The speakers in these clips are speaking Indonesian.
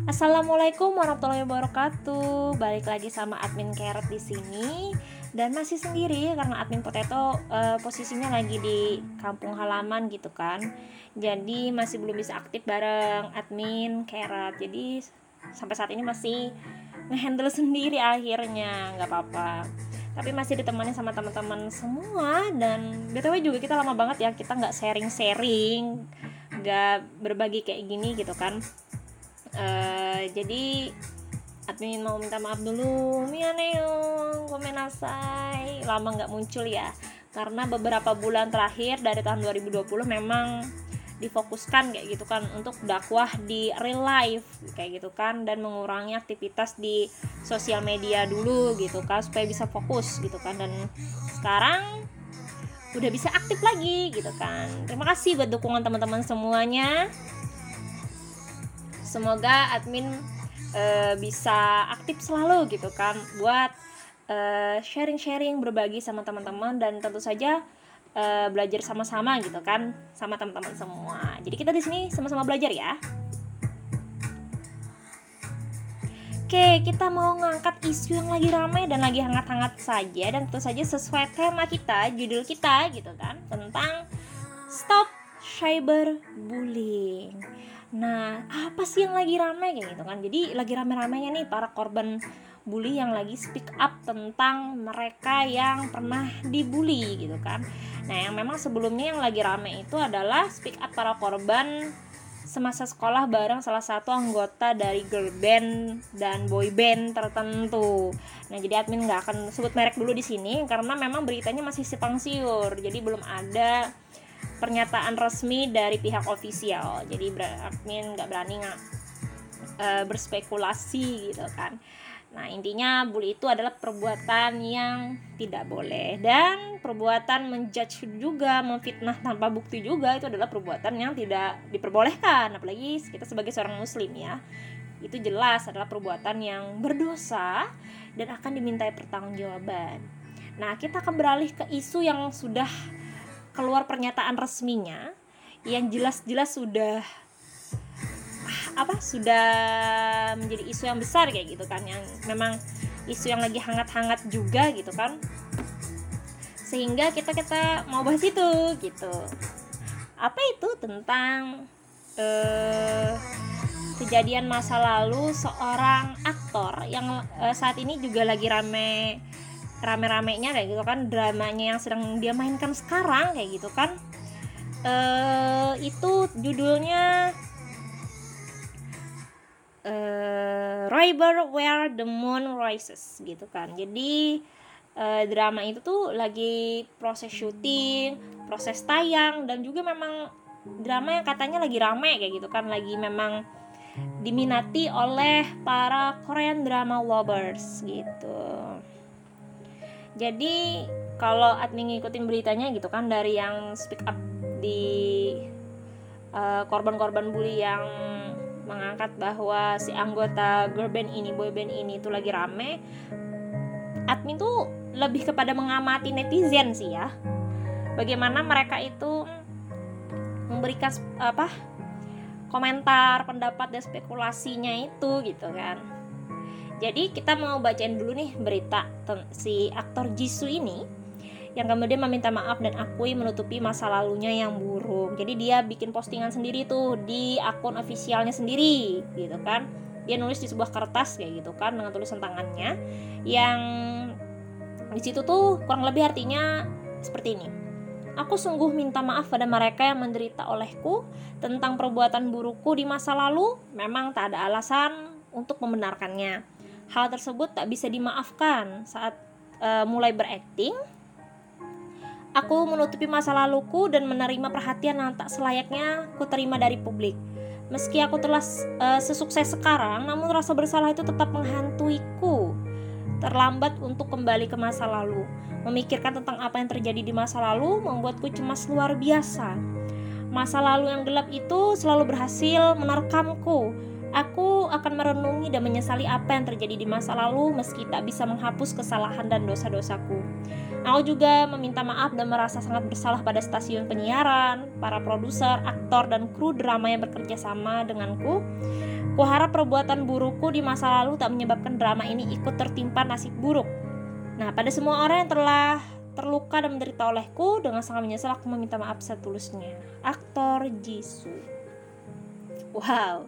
Assalamualaikum warahmatullahi wabarakatuh. Balik lagi sama admin Carrot di sini dan masih sendiri karena admin Potato posisinya lagi di kampung halaman gitu kan. Jadi masih belum bisa aktif bareng admin Carrot. Jadi sampai saat ini masih ngehandle sendiri akhirnya, nggak apa-apa. Tapi masih ditemani sama teman-teman semua dan btw juga kita lama banget ya kita nggak sharing-sharing, nggak berbagi kayak gini gitu kan. Jadi admin mau minta maaf dulu, mianeo komenasai, lama nggak muncul ya karena beberapa bulan terakhir dari tahun 2020 memang difokuskan kayak gitu kan untuk dakwah di real life kayak gitu kan, dan mengurangi aktivitas di sosial media dulu gitu kan supaya bisa fokus gitu kan. Dan sekarang udah bisa aktif lagi gitu kan. Terima kasih buat dukungan teman-teman semuanya. Semoga admin bisa aktif selalu gitu kan buat sharing-sharing, berbagi sama teman-teman, dan tentu saja belajar sama-sama gitu kan sama teman-teman semua. Jadi kita di sini sama-sama belajar ya. Oke, kita mau ngangkat isu yang lagi ramai dan lagi hangat-hangat saja, dan tentu saja sesuai tema kita, judul kita gitu kan, tentang stop cyberbullying. Nah, apa sih yang lagi rame kayak gitu kan? Jadi lagi rame-ramenya nih para korban bully yang lagi speak up tentang mereka yang pernah dibully gitu kan. Nah, yang memang sebelumnya yang lagi rame itu adalah speak up para korban semasa sekolah bareng salah satu anggota dari girl band dan boy band tertentu. Nah, jadi admin nggak akan sebut merek dulu di sini karena memang beritanya masih simpang siur. Jadi belum ada pernyataan resmi dari pihak ofisial. Jadi admin nggak berani berspekulasi gitu kan. Nah, intinya bully itu adalah perbuatan yang tidak boleh, dan perbuatan menjudge juga, memfitnah tanpa bukti juga itu adalah perbuatan yang tidak diperbolehkan, apalagi kita sebagai seorang muslim ya. Itu jelas adalah perbuatan yang berdosa dan akan dimintai pertanggungjawaban. Nah, kita akan beralih ke isu yang sudah keluar pernyataan resminya, yang jelas-jelas sudah menjadi isu yang besar kayak gitu kan, yang memang isu yang lagi hangat-hangat juga gitu kan, sehingga kita mau bahas itu gitu. Apa itu? Tentang kejadian masa lalu seorang aktor yang saat ini juga lagi rame-ramenya kayak gitu kan, dramanya yang sedang dia mainkan sekarang kayak gitu kan. Itu judulnya River Where the Moon Rises gitu kan. Jadi drama itu tuh lagi proses syuting, proses tayang, dan juga memang drama yang katanya lagi rame kayak gitu kan, lagi memang diminati oleh para Korean drama lovers gitu. Jadi kalau admin ngikutin beritanya gitu kan, dari yang speak up di korban-korban bully yang mengangkat bahwa si anggota girl band ini, boy band ini tuh lagi rame, admin tuh lebih kepada mengamati netizen sih ya, bagaimana mereka itu memberikan komentar, pendapat, dan spekulasinya itu gitu kan. Jadi kita mau bacain dulu nih berita si aktor Jisoo ini yang kemudian meminta maaf dan akui menutupi masa lalunya yang buruk. Jadi dia bikin postingan sendiri tuh di akun ofisialnya sendiri gitu kan. Dia nulis di sebuah kertas kayak gitu kan dengan tulisan tangannya, yang di situ tuh kurang lebih artinya seperti ini. Aku sungguh minta maaf pada mereka yang menderita olehku tentang perbuatan burukku di masa lalu. Memang tak ada alasan untuk membenarkannya. Hal tersebut tak bisa dimaafkan. Saat mulai berakting, aku menutupi masa laluku dan menerima perhatian yang tak selayaknya ku terima dari publik. Meski aku telah sesukses sekarang, namun rasa bersalah itu tetap menghantuiku. Terlambat untuk kembali ke masa lalu. Memikirkan tentang apa yang terjadi di masa lalu membuatku cemas luar biasa. Masa lalu yang gelap itu selalu berhasil menerkamku Aku akan merenungi dan menyesali apa yang terjadi di masa lalu meski tak bisa menghapus kesalahan dan dosa-dosaku. Aku juga meminta maaf dan merasa sangat bersalah pada stasiun penyiaran, para produser, aktor, dan kru drama yang bekerja sama denganku. Kuharap perbuatan burukku di masa lalu tak menyebabkan drama ini ikut tertimpa nasib buruk. Nah, pada semua orang yang telah terluka dan menderita olehku, dengan sangat menyesal aku meminta maaf setulusnya. Aktor Jisoo. Wow.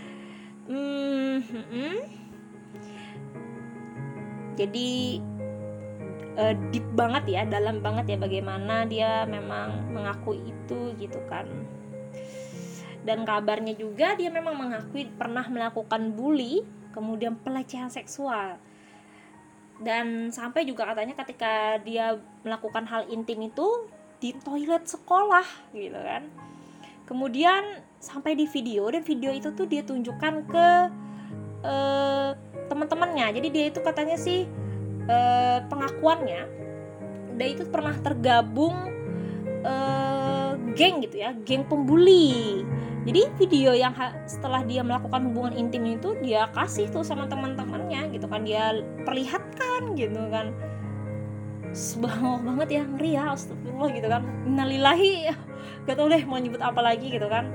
Jadi deep banget ya, dalam banget ya bagaimana dia memang mengakui itu gitu kan. Dan kabarnya juga dia memang mengakui pernah melakukan bully, kemudian pelecehan seksual. Dan sampai juga katanya ketika dia melakukan hal intim itu di toilet sekolah gitu kan. Kemudian sampai di video, dan video itu tuh dia tunjukkan ke teman-temannya. Jadi dia itu katanya sih pengakuannya dia itu pernah tergabung geng gitu ya, geng pembuli. Jadi video yang setelah dia melakukan hubungan intim itu dia kasih tuh sama teman-temannya gitu kan, dia perlihatkan gitu kan. Subhanallah banget ya, ngeri ya, astagfirullah gitu kan, innalillahi, gak tau deh mau nyebut apa lagi gitu kan.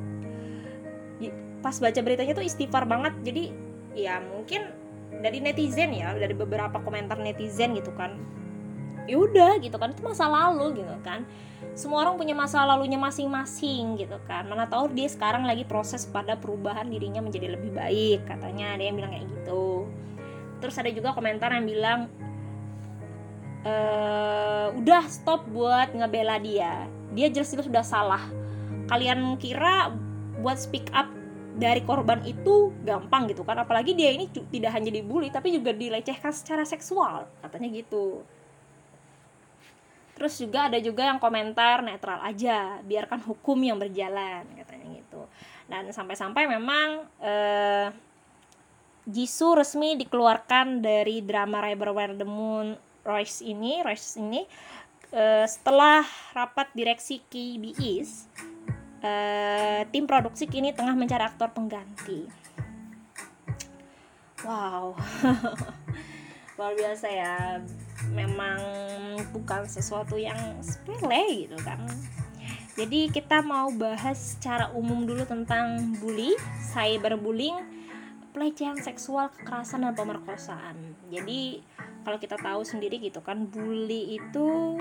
Pas baca beritanya tuh istighfar banget. Jadi ya mungkin dari netizen ya, dari beberapa komentar netizen gitu kan, ya udah gitu kan, itu masa lalu gitu kan, semua orang punya masa lalunya masing-masing gitu kan, mana tahu dia sekarang lagi proses pada perubahan dirinya menjadi lebih baik, katanya ada yang bilang kayak gitu. Terus ada juga komentar yang bilang udah stop buat ngebela dia jelas-jelas sudah salah. Kalian kira buat speak up dari korban itu gampang gitu kan, apalagi dia ini tidak hanya dibully tapi juga dilecehkan secara seksual, katanya gitu. Terus juga ada juga yang komentar netral aja, biarkan hukum yang berjalan, katanya gitu. Dan sampai-sampai memang Jisoo resmi dikeluarkan dari drama River Where the Moon Rise ini setelah rapat direksi KBS. Tim produksi kini tengah mencari aktor pengganti. Wow. Luar biasa ya, memang bukan sesuatu yang sepele gitu kan. Jadi kita mau bahas secara umum dulu tentang bully, cyberbullying, pelecehan seksual, kekerasan dan pemerkosaan. Jadi kalau kita tahu sendiri gitu kan, bully itu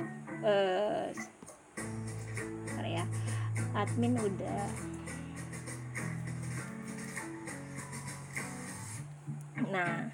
admin udah. Nah,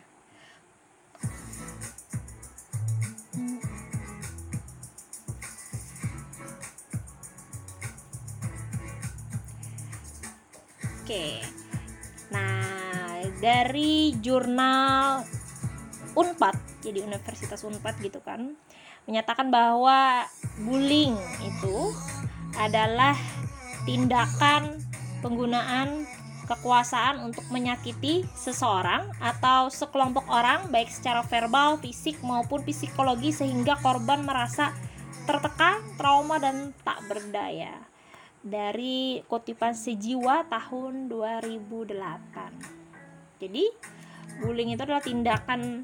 oke. Nah, dari jurnal Unpad, jadi Universitas Unpad gitu kan, menyatakan bahwa bullying itu adalah tindakan penggunaan kekuasaan untuk menyakiti seseorang atau sekelompok orang baik secara verbal, fisik maupun psikologi sehingga korban merasa tertekan, trauma dan tak berdaya. Dari kutipan Sejiwa tahun 2008. Jadi bullying itu adalah tindakan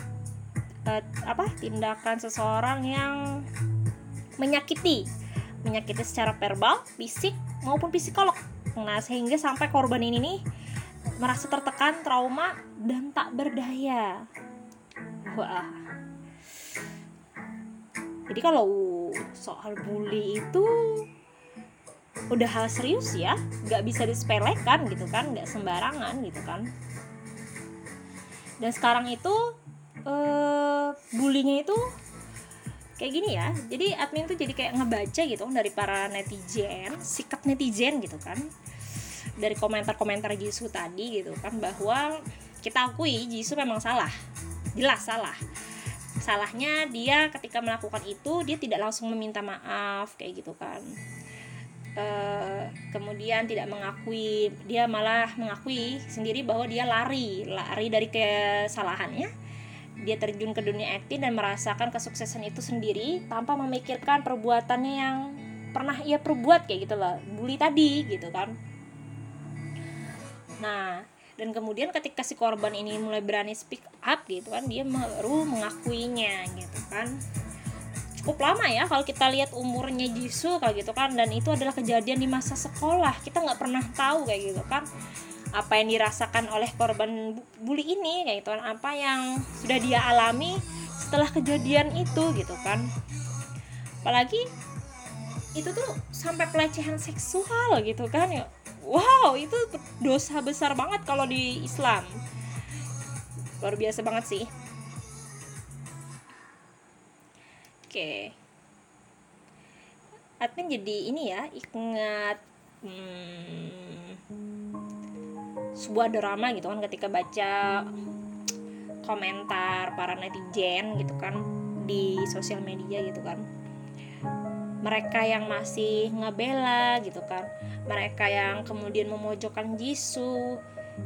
tindakan seseorang yang menyakiti secara verbal, fisik maupun psikolog. Nah, sehingga sampai korban ini nih merasa tertekan, trauma dan tak berdaya. Wah. Jadi kalau soal bully itu udah hal serius ya, nggak bisa disepelekan gitu kan, nggak sembarangan gitu kan. Dan sekarang itu bullyingnya itu kayak gini ya, jadi admin tuh jadi kayak ngebaca gitu dari para netizen, sikap netizen gitu kan, dari komentar-komentar Jisoo tadi gitu kan, bahwa kita akui Jisoo memang salah, jelas salah. Salahnya dia ketika melakukan itu dia tidak langsung meminta maaf kayak gitu kan. Kemudian tidak mengakui, dia malah mengakui sendiri bahwa dia lari dari kesalahannya. Dia terjun ke dunia akting dan merasakan kesuksesan itu sendiri tanpa memikirkan perbuatannya yang pernah ia perbuat kayak gitu loh, bully tadi gitu kan. Nah, Dan kemudian ketika si korban ini mulai berani speak up gitu kan, dia baru mengakuinya gitu kan. Cukup lama ya kalau kita lihat umurnya Jisoo kayak gitu kan, dan itu adalah kejadian di masa sekolah. Kita nggak pernah tahu kayak gitu kan apa yang dirasakan oleh korban bully ini kayak gitu kan, apa yang sudah dia alami setelah kejadian itu gitu kan. Apalagi itu tuh sampai pelecehan seksual gitu kan ya. Wow, itu dosa besar banget kalau di Islam. Luar biasa banget sih. Oke. Admin jadi ini ya, ingat sebuah drama gitu kan, ketika baca komentar para netizen gitu kan di sosial media gitu kan. Mereka yang masih ngebela gitu kan, mereka yang kemudian memojokkan Jisoo.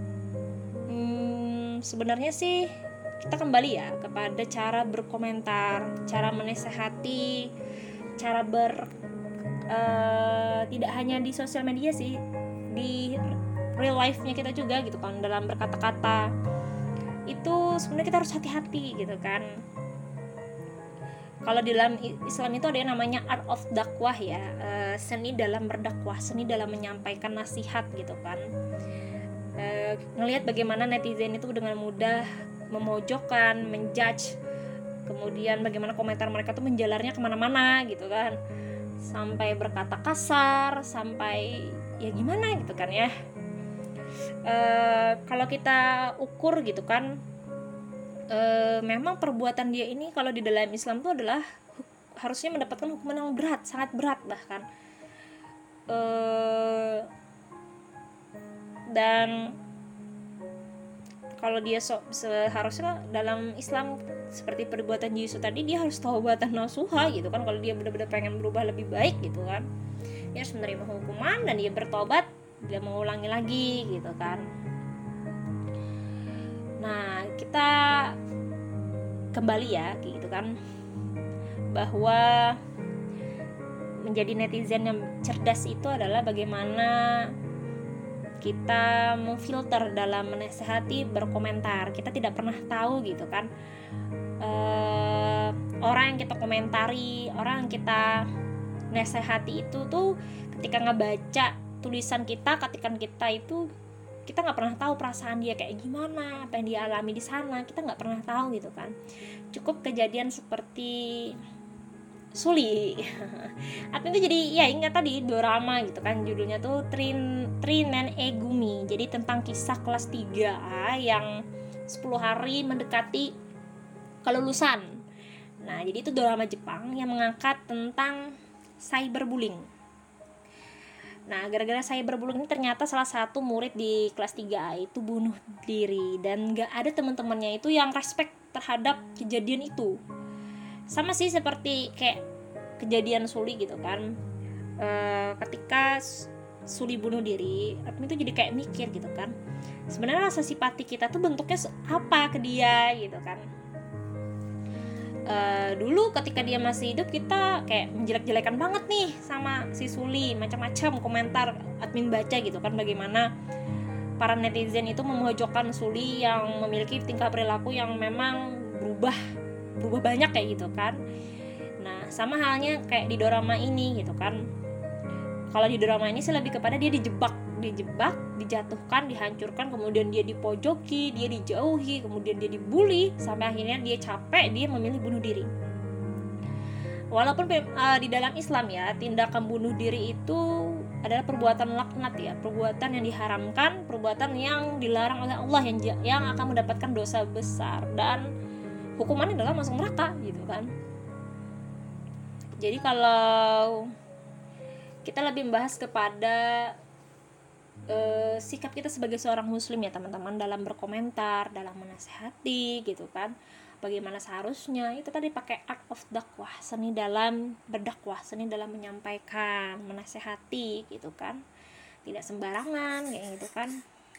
Sebenarnya sih kita kembali ya kepada cara berkomentar, cara menasehati, cara tidak hanya di sosial media sih, di real life-nya kita juga gitu kan, dalam berkata-kata itu sebenarnya kita harus hati-hati gitu kan. Kalau di dalam Islam itu ada yang namanya art of dakwah ya, seni dalam berdakwah, seni dalam menyampaikan nasihat gitu kan. Ngelihat bagaimana netizen itu dengan mudah memojokkan, menjudge, kemudian bagaimana komentar mereka tuh menjalarnya kemana-mana gitu kan, sampai berkata kasar, sampai ya gimana gitu kan ya. Kalau kita ukur gitu kan, memang perbuatan dia ini kalau di dalam Islam itu adalah harusnya mendapatkan hukuman yang berat, sangat berat bahkan. Dan kalau dia seharusnya dalam Islam seperti perbuatan Jisoo tadi, dia harus taubatan nasuha gitu kan. Kalau dia benar-benar pengen berubah lebih baik gitu kan, dia harus menerima hukuman dan dia bertobat, dia mengulangi lagi gitu kan. Nah, kita kembali ya gitu kan, bahwa menjadi netizen yang cerdas itu adalah bagaimana kita memfilter dalam menasehati, berkomentar. Kita tidak pernah tahu gitu kan, orang yang kita komentari, orang yang kita nasehati itu tuh ketika ngebaca tulisan kita, ketikan kita itu, kita nggak pernah tahu perasaan dia kayak gimana, apa yang dia alami di sana, kita nggak pernah tahu gitu kan. Cukup kejadian seperti Suli. Aku itu jadi ya ingat tadi drama gitu kan, judulnya tuh Trinen Egumi. Jadi tentang kisah kelas 3A yang 10 hari mendekati kelulusan. Nah, jadi itu drama Jepang yang mengangkat tentang cyberbullying. Nah, gara-gara cyberbullying ini ternyata salah satu murid di kelas 3A itu bunuh diri, dan gak ada teman-temannya itu yang respect terhadap kejadian itu. Sama sih seperti kayak kejadian Suli gitu kan. Ketika Suli bunuh diri, aku itu jadi kayak mikir gitu kan, sebenarnya rasa simpati kita tuh bentuknya apa ke dia gitu kan. Dulu ketika dia masih hidup kita kayak menjelek-jelekan banget nih sama si Suli, macam-macam komentar admin baca gitu kan, bagaimana para netizen itu memojokkan Suli yang memiliki tingkah perilaku yang memang berubah banyak kayak gitu kan. Nah, sama halnya kayak di drama ini gitu kan. Kalau di drama ini sih lebih kepada dia dijebak, dijatuhkan, dihancurkan, kemudian dia dipojoki, dia dijauhi, kemudian dia dibully, sampai akhirnya dia capek, dia memilih bunuh diri. Walaupun di dalam Islam ya, tindakan bunuh diri itu adalah perbuatan laknat ya, perbuatan yang diharamkan, perbuatan yang dilarang oleh Allah, yang akan mendapatkan dosa besar, dan hukumannya adalah masuk neraka gitu kan. Jadi kalau kita lebih membahas kepada sikap kita sebagai seorang muslim ya teman-teman, dalam berkomentar, dalam menasehati gitu kan, bagaimana seharusnya, itu tadi pakai art of dakwah, seni dalam berdakwah, seni dalam menyampaikan, menasehati gitu kan, tidak sembarangan kayak gitu kan.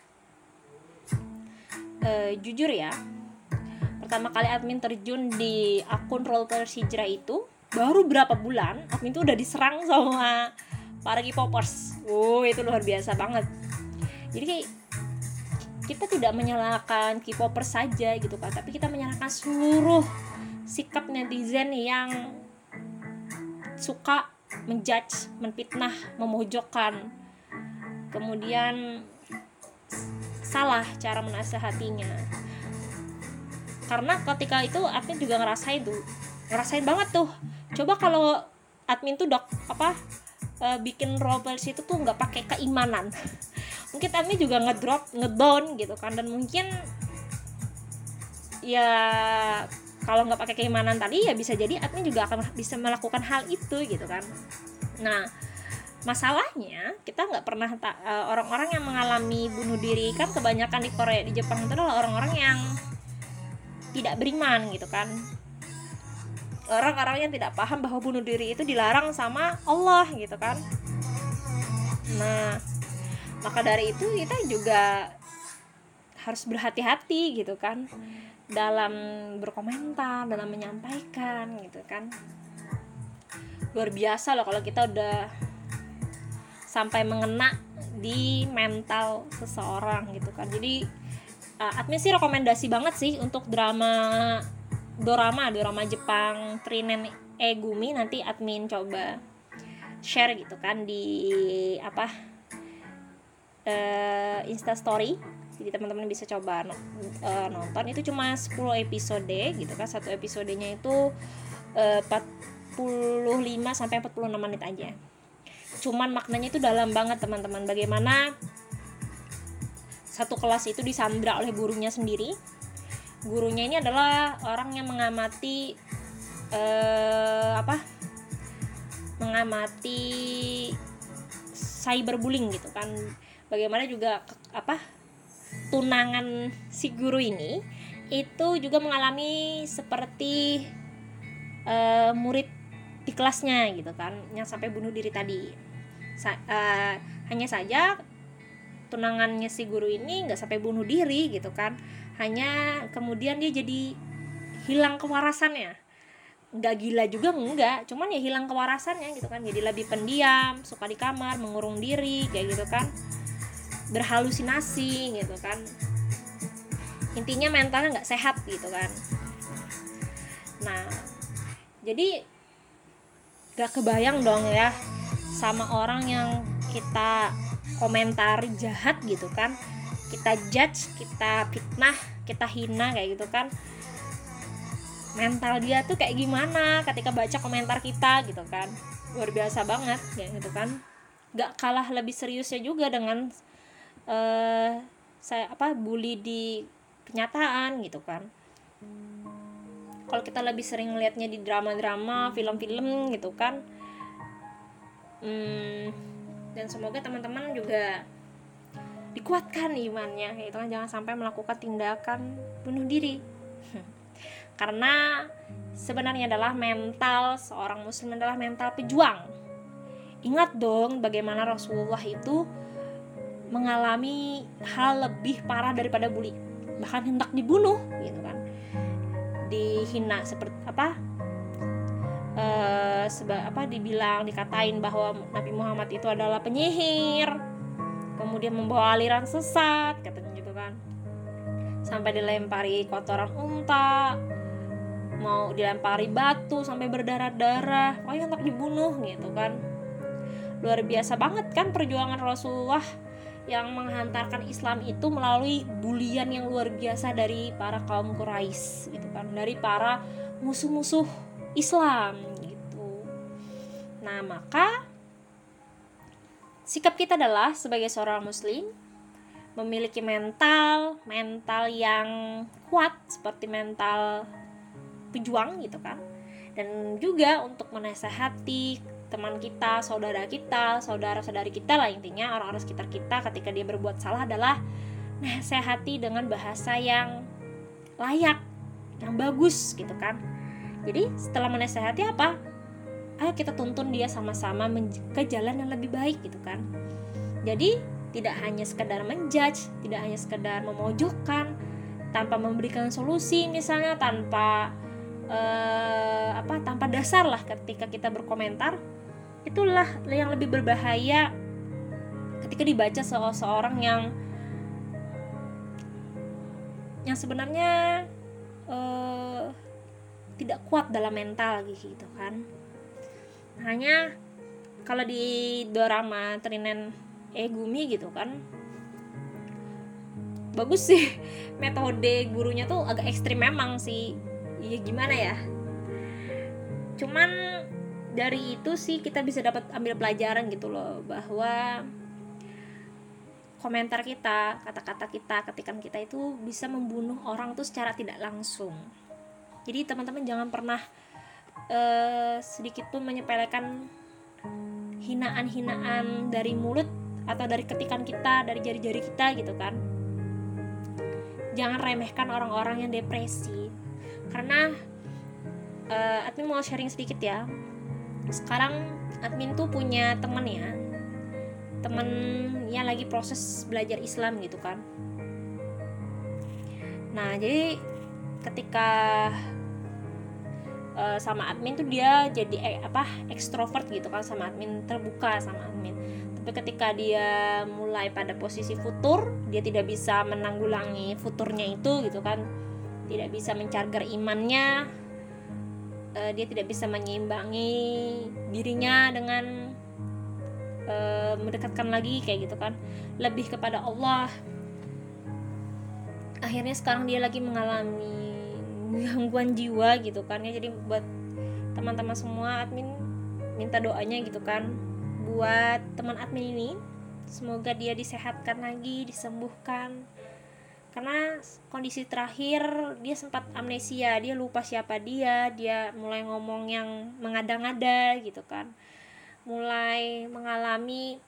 Jujur ya, pertama kali admin terjun di akun Rollers Hijrah itu baru berapa bulan, admin tuh udah diserang sama para K-popers. Itu luar biasa banget. Jadi kayak kita tidak menyalahkan K-popers saja gitu kan, tapi kita menyalahkan seluruh sikap netizen yang suka menjudge, menfitnah, memojokkan, kemudian salah cara menasehatinya. Karena ketika itu admin juga ngerasain banget tuh. Coba kalau admin tuh bikin roles itu tuh nggak pakai keimanan, mungkin admin juga ngedown gitu kan. Dan mungkin ya kalau nggak pakai keimanan tadi ya bisa jadi admin juga akan bisa melakukan hal itu gitu kan. Nah, masalahnya kita nggak pernah orang-orang yang mengalami bunuh diri kan kebanyakan di Korea, di Jepang itu adalah orang-orang yang tidak beriman gitu kan, orang-orang yang tidak paham bahwa bunuh diri itu dilarang sama Allah gitu kan. Nah, maka dari itu kita juga harus berhati-hati gitu kan dalam berkomentar, dalam menyampaikan gitu kan. Luar biasa loh kalau kita udah sampai mengena di mental seseorang gitu kan. Jadi admin sih rekomendasi banget sih untuk dorama Jepang Trinen Egumi. Nanti admin coba share gitu kan di Insta story, jadi teman-teman bisa coba nonton. Itu cuma 10 episode gitu kan, satu episodenya itu 45 sampai 46 menit aja. Cuman maknanya itu dalam banget teman-teman, bagaimana satu kelas itu disandra oleh gurunya sendiri. Gurunya ini adalah orang yang mengamati cyberbullying gitu kan. Bagaimana juga tunangan si guru ini itu juga mengalami seperti murid di kelasnya gitu kan, yang sampai bunuh diri tadi. Hanya saja tunangannya si guru ini nggak sampai bunuh diri gitu kan, hanya kemudian dia jadi hilang kewarasannya. Nggak gila juga enggak, cuman ya hilang kewarasannya gitu kan, jadi lebih pendiam, suka di kamar, mengurung diri kayak gitu kan, berhalusinasi gitu kan, intinya mentalnya nggak sehat gitu kan. Nah, jadi gak kebayang dong ya sama orang yang kita komentari jahat gitu kan, kita judge, kita fitnah, kita hina kayak gitu kan, mental dia tuh kayak gimana ketika baca komentar kita gitu kan. Luar biasa banget kayak gitu kan. Gak kalah lebih seriusnya juga dengan bully di kenyataan gitu kan. Kalau kita lebih sering ngelihatnya di drama-drama, film-film gitu kan. Dan semoga teman-teman juga dikuatkan imannya gitu kan, jangan sampai melakukan tindakan bunuh diri. Karena sebenarnya adalah mental seorang muslim adalah mental pejuang. Ingat dong bagaimana Rasulullah itu mengalami hal lebih parah daripada bully, bahkan hendak dibunuh gitu kan, dihina seperti dibilang, dikatain bahwa Nabi Muhammad itu adalah penyihir, kemudian membawa aliran sesat katanya gitu kan, sampai dilempari kotoran unta, mau dilempari batu sampai berdarah-darah, pokoknya hendak dibunuh gitu kan. Luar biasa banget kan perjuangan Rasulullah yang menghantarkan Islam itu melalui bulian yang luar biasa dari para kaum Quraisy gitu kan, dari para musuh-musuh Islam gitu. Nah, maka sikap kita adalah sebagai seorang muslim memiliki mental yang kuat seperti mental pejuang gitu kan, dan juga untuk menasehati teman kita, saudara-saudari kita lah, intinya orang-orang sekitar kita ketika dia berbuat salah adalah nasehati dengan bahasa yang layak, yang bagus gitu kan. Jadi setelah menasehati apa? Ayo kita tuntun dia sama-sama ke jalan yang lebih baik gitu kan. Jadi tidak hanya sekedar menjudge, tidak hanya sekedar memojokkan tanpa memberikan solusi misalnya, tanpa dasar lah ketika kita berkomentar. Itulah yang lebih berbahaya ketika dibaca seseorang yang yang sebenarnya tidak kuat dalam mental gitu kan. Hanya kalau di drama Trinen Egumi gitu kan, bagus sih metode gurunya tuh agak ekstrim memang sih, ya gimana ya, cuman dari itu sih kita bisa dapat ambil pelajaran gitu loh, bahwa komentar kita, kata-kata kita, ketikan kita itu bisa membunuh orang tuh secara tidak langsung. Jadi teman-teman jangan pernah sedikit pun menyepelekan hinaan-hinaan dari mulut atau dari ketikan kita, dari jari-jari kita gitu kan. Jangan remehkan orang-orang yang depresi. Karena admin mau sharing sedikit ya. Sekarang admin tuh punya teman ya, teman yang lagi proses belajar Islam gitu kan. Nah jadi ketika sama admin tuh dia jadi ekstrovert gitu kan sama admin, terbuka sama admin. Tapi ketika dia mulai pada posisi futur, dia tidak bisa menanggulangi futurnya itu gitu kan, tidak bisa mencarger imannya, dia tidak bisa menyeimbangi dirinya dengan mendekatkan lagi kayak gitu kan, lebih kepada Allah. Akhirnya sekarang dia lagi mengalami gangguan jiwa gitu kan ya. Jadi buat teman-teman semua, admin minta doanya gitu kan buat teman admin ini, semoga dia disehatkan lagi, disembuhkan. Karena kondisi terakhir dia sempat amnesia, dia lupa siapa dia mulai ngomong yang mengada-ngada gitu kan, mulai mengalami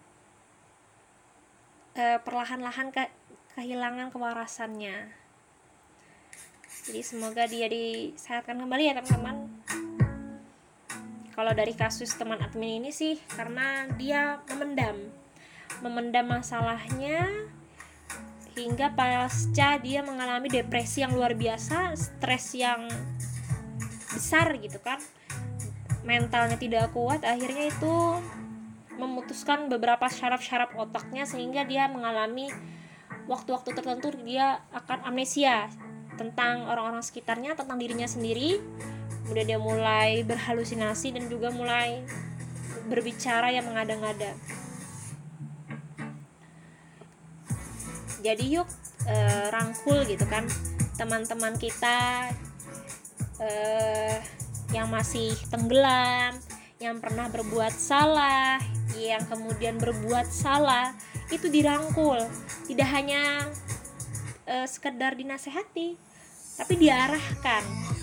perlahan-lahan kehilangan kewarasannya. Jadi semoga dia disehatkan kembali ya teman-teman. Kalau dari kasus teman admin ini sih karena dia memendam masalahnya hingga pasca dia mengalami depresi yang luar biasa, stres yang besar gitu kan, mentalnya tidak kuat, akhirnya itu memutuskan beberapa syaraf-syaraf otaknya sehingga dia mengalami waktu-waktu tertentu dia akan amnesia tentang orang-orang sekitarnya, tentang dirinya sendiri. Kemudian dia mulai berhalusinasi dan juga mulai berbicara yang mengada-ngada. Jadi yuk rangkul gitu kan teman-teman kita yang masih tenggelam, yang pernah berbuat salah, yang kemudian berbuat salah, itu dirangkul. Tidak hanya sekedar dinasehati, tapi diarahkan.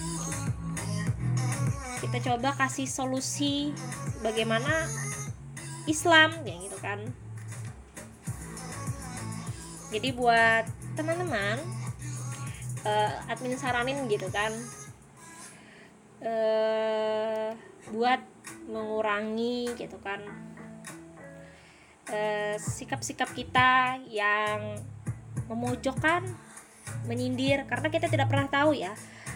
Kita coba kasih solusi bagaimana Islam ya gitu kan. Jadi buat teman-teman, admin saranin gitu kan, buat mengurangi gitu kan sikap-sikap kita yang memojokkan, menyindir, karena kita tidak pernah tahu ya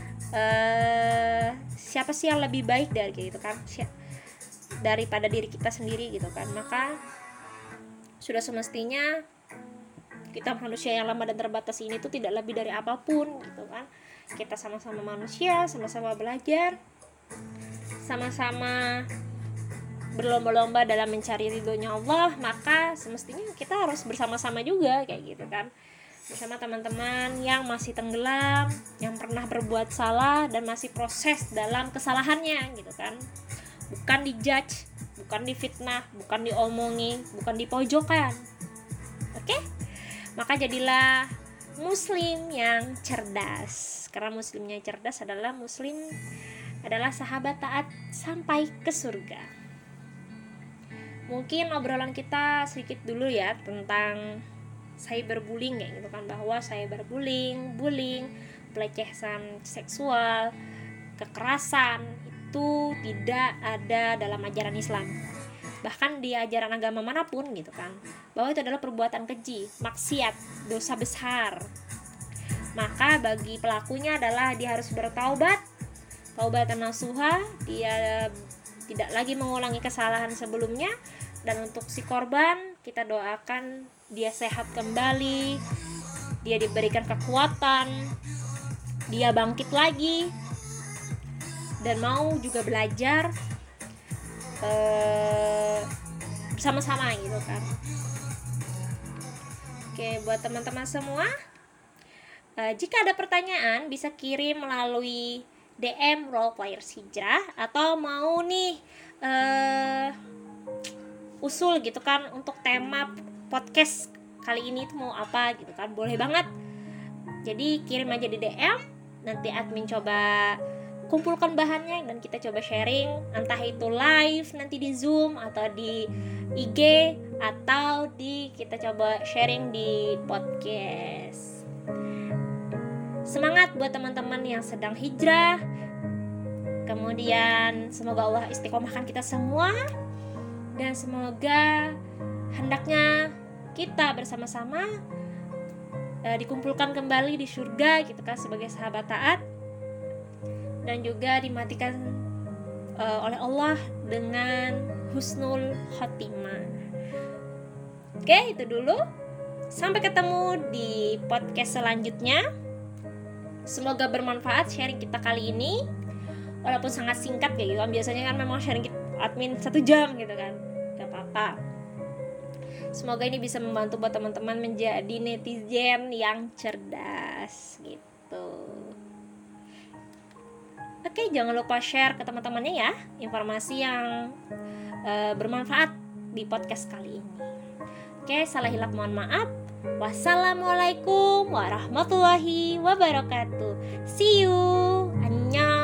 siapa sih yang lebih baik dari gitu kan, daripada diri kita sendiri gitu kan. Maka sudah semestinya kita manusia yang lama dan terbatas ini tuh tidak lebih dari apapun gitu kan. Kita sama-sama manusia, sama-sama belajar, sama-sama berlomba-lomba dalam mencari ridhonya Allah. Maka semestinya kita harus bersama-sama juga kayak gitu kan, bersama teman-teman yang masih tenggelam, yang pernah berbuat salah dan masih proses dalam kesalahannya gitu kan. Bukan dijudge, bukan difitnah, bukan diomongi, bukan dipojokkan. Oke? Maka jadilah muslim yang cerdas. Karena muslimnya cerdas adalah muslim adalah sahabat taat sampai ke surga. Mungkin obrolan kita sedikit dulu ya tentang cyberbullying kayak gitu kan, bahwa cyberbullying, bullying, pelecehan seksual, kekerasan itu tidak ada dalam ajaran Islam. Bahkan di ajaran agama manapun gitu kan, bahwa itu adalah perbuatan keji, maksiat, dosa besar. Maka bagi pelakunya adalah dia harus bertaubat, taubatan nasuha, dia tidak lagi mengulangi kesalahan sebelumnya. Dan untuk si korban kita doakan dia sehat kembali, dia diberikan kekuatan, dia bangkit lagi dan mau juga belajar bersama-sama gitu kan. Oke, buat teman-teman semua, jika ada pertanyaan bisa kirim melalui DM Role Players Hijrah, atau mau nih usul gitu kan untuk tema podcast kali ini tuh mau apa gitu kan, boleh banget. Jadi kirim aja di DM, nanti admin coba kumpulkan bahannya dan kita coba sharing, entah itu live nanti di Zoom atau di IG, atau kita coba sharing di podcast. Semangat buat teman-teman yang sedang hijrah. Kemudian semoga Allah istiqomahkan kita semua, dan semoga hendaknya kita bersama-sama dikumpulkan kembali di surga gitu kan sebagai sahabat taat, dan juga dimatikan oleh Allah dengan husnul khotimah. Oke, itu dulu. Sampai ketemu di podcast selanjutnya. Semoga bermanfaat sharing kita kali ini, walaupun sangat singkat kayak gitu kan. Biasanya kan memang sharing admin 1 jam gitu kan, gak apa-apa. Semoga ini bisa membantu buat teman-teman menjadi netizen yang cerdas gitu. Oke, jangan lupa share ke teman-temannya ya informasi yang bermanfaat di podcast kali ini. Oke, salah hilap mohon maaf. Wassalamualaikum warahmatullahi wabarakatuh. See you. Annyeong.